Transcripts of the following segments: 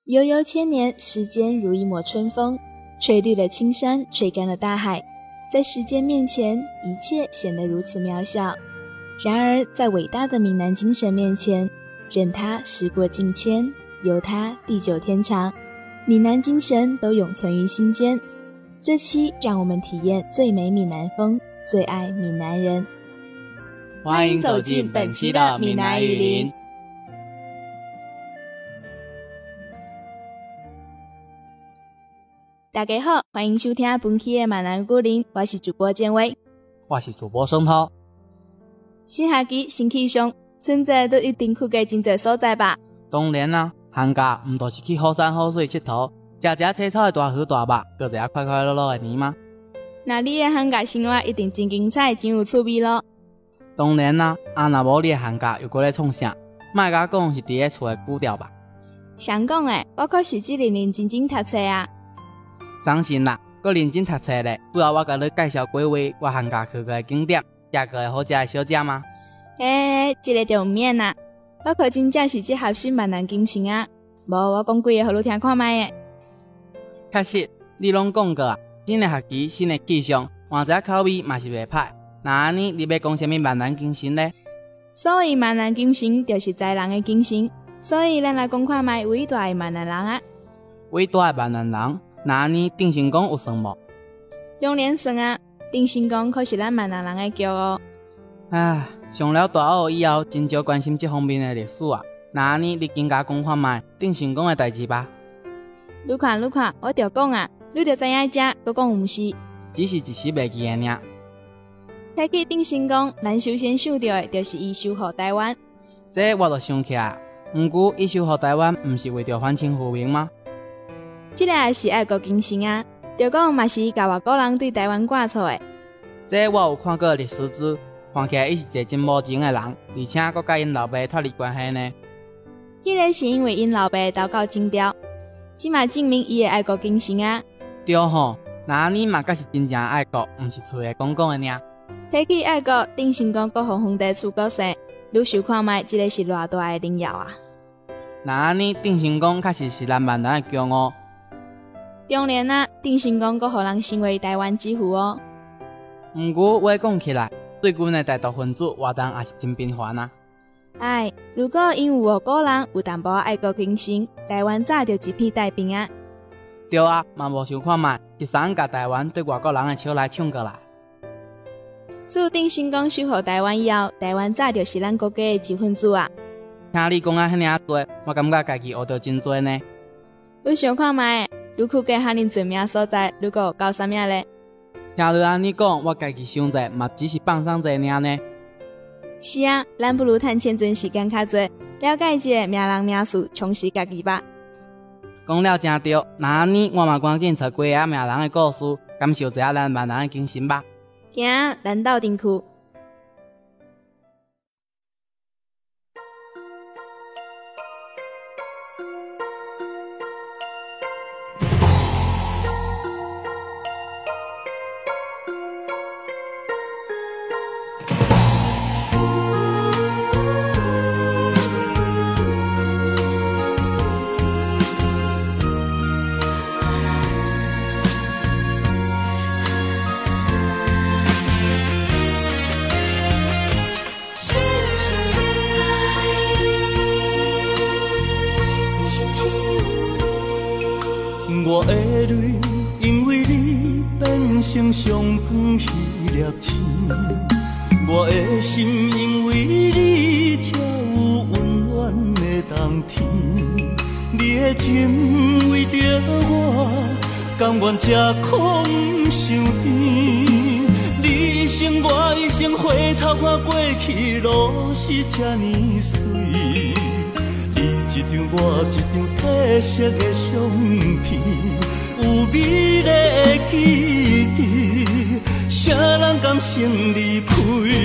悠悠千年，时间如一抹春风，吹绿了青山，吹干了大海。在时间面前，一切显得如此渺小。然而，在伟大的闽南精神面前，任它时过境迁，由它地久天长，闽南精神都永存于心间。这期让我们体验最美闽南风，最爱闽南人。 欢迎走进本期的闽南语林。 大家好，欢迎收听本期的闽南语林，我是主播建威， 我是主播生涛。 新学期新气象，春节都一定去过真侪所在吧？ 当然啦，寒假毋就是去好山好水佚佗，食青草的大鱼大肉，过一个快快乐乐的年吗？ 那你的寒假生活一定真精彩，真有趣味咯。 当然啦，若无你的寒假又过咧创啥？莫甲讲是伫咧厝的久调吧？ 想讲诶，我可是只认认真真读册啊。 相信啦，搁认真读册咧，主要我甲你介绍几位我寒假去过的景点，食过的好食的小食吗？ 这个就唔免啦，我可真正是只合适闽南精神啊。无我讲几个互你听看卖诶。 确实，你拢讲过啊，新的学期新的气象，换者口味嘛是袂歹。那安尼你要讲什么闽南精神呢？ 所谓闽南精神，就是在人的精神。所以咱来讲看卖伟大的闽南人啊。 伟大的闽南人。那安尼定成功有算无？ 当然算啊，定成功可是咱闽南人的骄傲。 上了大学以后，真少关心这方面的历史啊。那安尼你更加讲看卖定成功的代志吧。 你看，我就讲啊，你就知影遮，佮讲毋是， 只是一时袂记的尔。 提起定成功，咱首先想到的就是伊守护台湾。 这我就想起来，毋过伊守护台湾，毋是为着反清复明吗？ 这个也是爱国精神啊，就讲嘛是甲外国人对台湾挂错的。 这我有看过历史书，看起来伊是一个真无情的人，而且佮甲因老爸脱离关系呢。 迄个是因为因老爸投到清朝，即嘛证明伊的爱国精神啊。 对吼，那安尼嘛才是真正的爱国，毋是嘴的讲讲的尔。 提起爱国，定成功佮皇帝出国生，你想看卖，这个是偌大的荣耀啊！ 那安尼定成功确实是咱闽南的骄傲。 当然啦，定成功佮互人成为台湾之父哦。 毋过话讲起来，最近的台独分子活动也是真频繁啊。 如果因有外国人有淡薄爱国精神，台湾早就一片太平啊。 对啊，嘛无想看卖，一三甲台湾对外国人的手来抢过来。 自定成功守护台湾以后，台湾早就是咱国家的一份子啊。 听你讲啊遐尔多，我感觉家己学到真多呢。 你想看卖？你去过遐尼侪名所在，你阁有搞啥物咧？ 听你安尼讲，我家己想者嘛，只是放松者尔呢。 是啊，咱不如趁前阵时间较侪，了解一下名人名事，充实家己吧。 讲了真对，那安尼我嘛赶紧找几个名人的故事，感受一下咱闽南的精神吧。 行，咱斗阵去。 我的泪因为你变成上光迄粒星，我的心因为你才有温暖的冬天。你的情为着我，甘愿吃苦不伤甜。你一生我一生，回头看过去路是这呢水。一张我一张褪色的相片，有美丽的记忆，啥人甘心离开？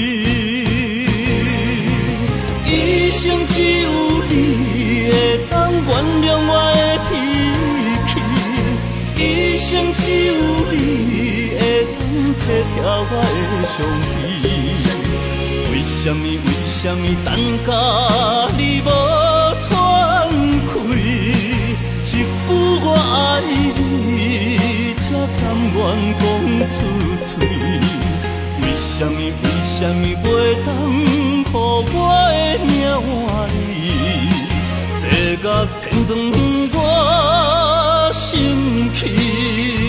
一生只有你会当原谅我的脾气，一生只有你会当体贴我的伤悲。为什么等甲你无？ 什么袂当，予我的命换你，地角天长我生气。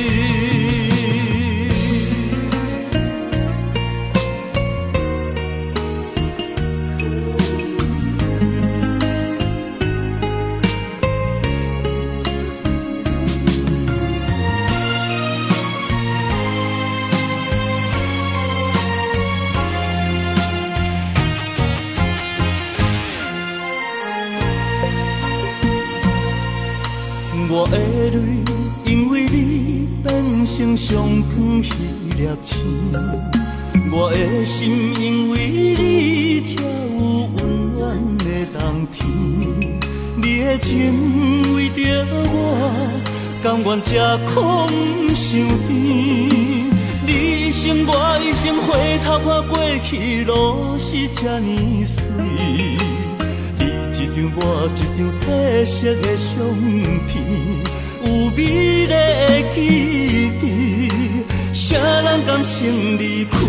我的泪，因为你变成上光彼粒星。我的心，因为你才有温暖的冬天。你的情为着我，甘愿吃苦不伤甜。你一生我一生，回头看过去路是这呢水。一张我一张褪色的相片，有美丽的记忆，谁人甘心离开？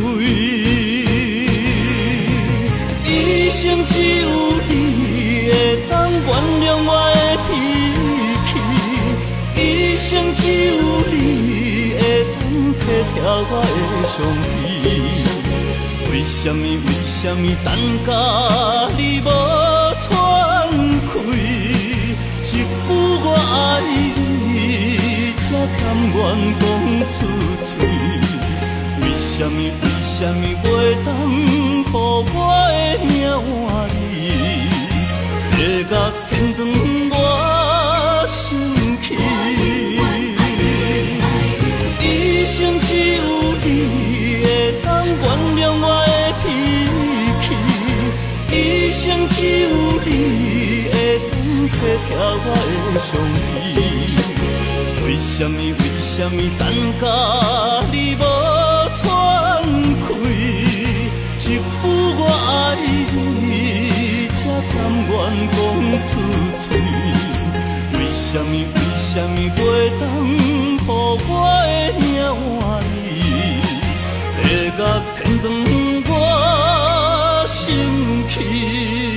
一生只有你会当原谅我的脾气，一生只有你会当体贴我的伤悲。为什么等甲你无喘气？一句我爱你，才甘愿讲出嘴。为什么袂当，予我的命换你？地角天长我生气。一生只有你会当原谅我的脾气，一生只有你会当体贴我的伤悲。为什么等甲你无喘气？一句我爱你，才甘愿讲出嘴。为什么袂当，予我的命换你？地角天长我生气。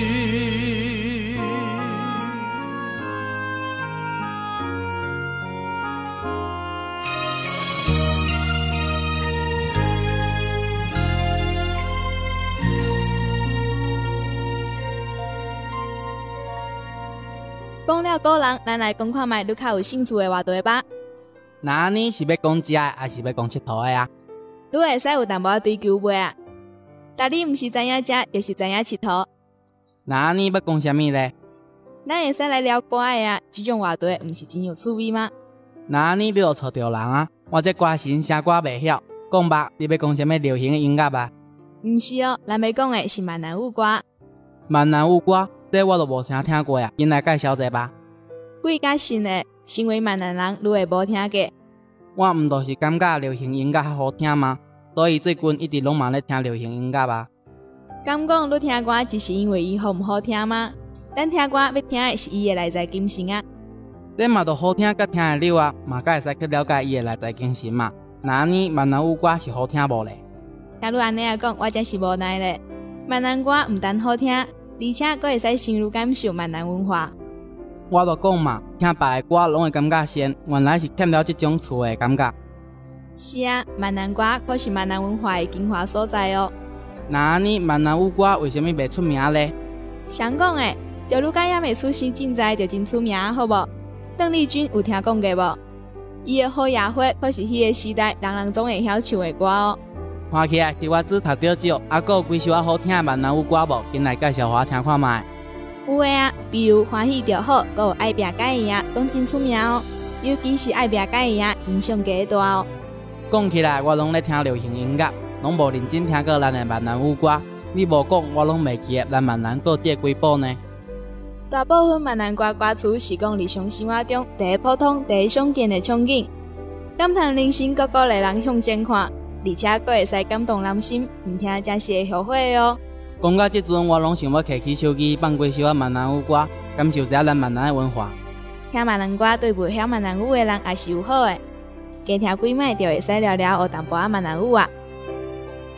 讲了古人，咱来讲看卖，你较有兴趣的话题吧。 那你是要讲食的，还是要讲佚佗的啊？ 你会使有淡薄追求袂啊？但你毋是知影食，就是知影佚佗。 那你要讲什么呢？ 咱会使来聊歌的啊，这种话题毋是真有趣味吗？ 那你就错着人啊！我这歌神写歌袂晓，讲吧，你要讲什么流行的音乐啊？ 毋是哦，咱要讲的是闽南语歌。 闽南语歌，这我都无啥听过啊，先来介绍者吧。 贵甲新的，身为闽南人，你会无听过？ 我毋都是感觉流行音乐较好听吗？所以最近一直拢嘛咧听流行音乐吧。 敢讲你听歌只是因为伊好毋好听吗？咱听歌要听的是伊的内在精神啊。 这嘛都好听甲听的了啊，嘛才会使去了解伊的内在精神嘛。那呢闽南语歌是好听无咧？ 假如安尼啊讲，我真是无奈咧。闽南歌毋但好听，而且佫会使深入感受闽南文化。 我都讲嘛，听别的歌拢会感觉仙，原来是欠了这种厝的感觉。 是啊，闽南歌可是闽南文化的精华所在哦。 那呢闽南语歌为什么袂出名呢？ 谁讲的？就愈甲也未出生凊彩就真出名好无？邓丽君有听讲过无？伊的好野花可是迄个时代人人总会晓唱的歌哦。 看起来是我只读到少，还佫有几首好听的闽南语歌无？紧来介绍我听看卖。 有诶啊，比如欢喜就好，佫有爱拼解伊啊，拢真出名哦。尤其是爱拼解伊啊，影响加大哦。 讲起来，我拢咧听流行音乐，拢无认真听过咱的闽南语歌。你无讲，我拢袂记得咱闽南歌这几部呢。 大部分闽南歌歌词是讲日常生活中第一普通、第一常见的场景，感叹人生，佫鼓励人向前看，而且佫会使感动人心，毋听才是会后悔的哦。 讲到这阵，我拢想要摕起手机放几首闽南语歌，感受一下咱闽南的文化。 听闽南歌对袂晓闽南语的人也是有好的，加听几摆就会使聊聊学淡薄仔闽南语啊。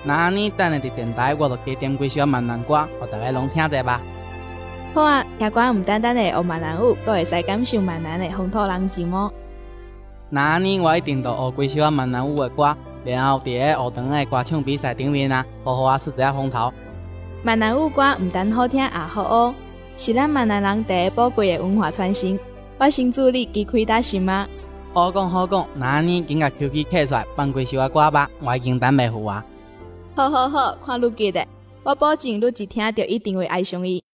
那安尼等下伫电台，我就加点几首闽南歌，互大家拢听者吧。 好啊，听歌唔单单会学闽南语，阁会使感受闽南的风土人情哦。 那安尼我一定就学几首闽南语的歌，然后伫个学堂的歌唱比赛顶面啊，好好啊出一下风头。 闽南语歌唔但好听也好学，是咱闽南人第一宝贵的文化传承。我先祝你旗开大心啊！ 好讲好讲，那安尼紧甲 QQ 刻出来，放几首歌吧，我已经等袂赴啊。 好好好，看你记得，我保证你一听就一定会爱上伊。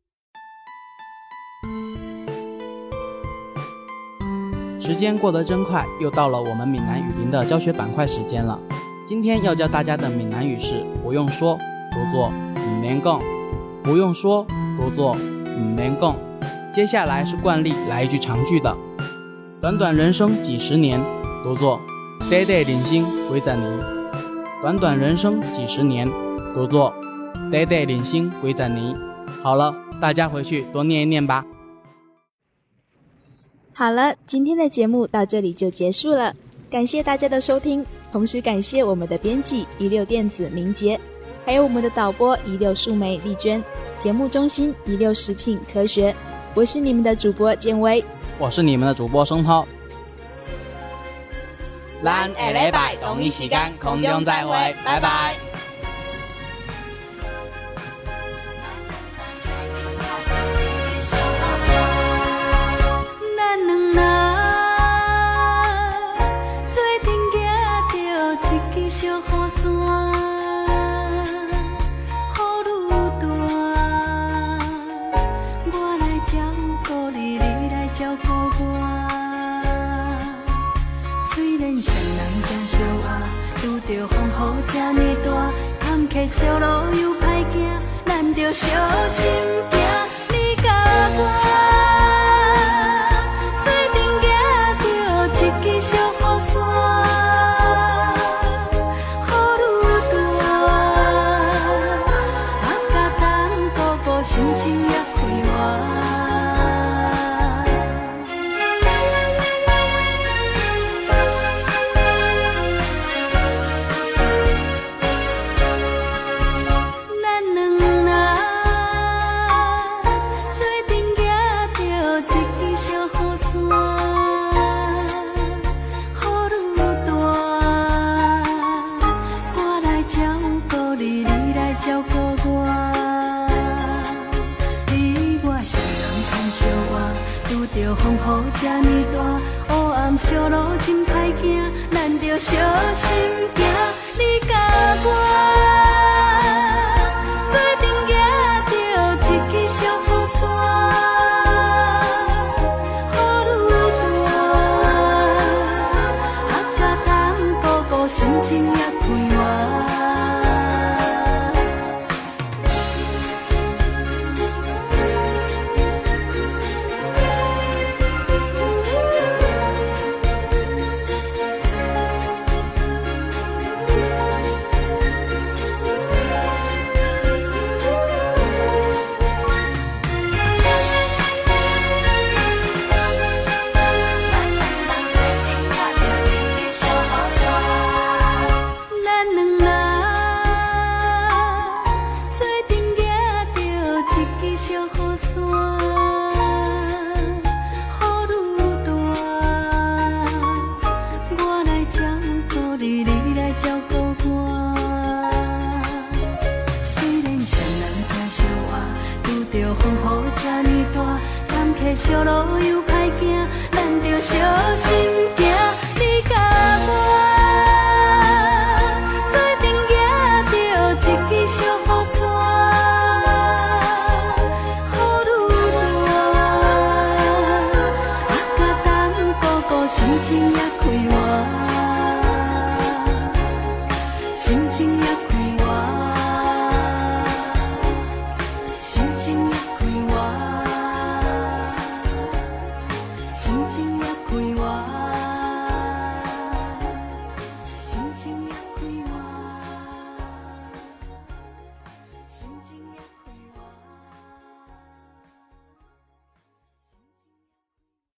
时间过得真快，又到了我们闽南语林的教学板块时间了。今天要教大家的闽南语是不用说，读作唔免讲；不用说，读作唔免讲。接下来是惯例，来一句长句的。短短人生几十年，读作短短人生几十年。短短人生几十年，读作短短人生几十年。好了，大家回去多念一念吧。 好了，今天的节目到这里就结束了，感谢大家的收听，同时感谢我们的编辑16电子明杰，还有我们的导播16树莓丽娟，节目中心16食品科学。我是你们的主播建威， 我是你们的主播生涛。咱下礼拜同一时间空中再会，拜拜。 小路又歹行，咱着小心行。你甲我做阵行着一支小雨伞，雨愈大，甲等姑姑心情也快活。风雨这呢大，黑暗小路真歹行，咱着小心行。你甲我做阵行着一支小雨伞，雨愈大，甲等姑姑心情也快活。小路又歹行，咱着小心行。你甲我。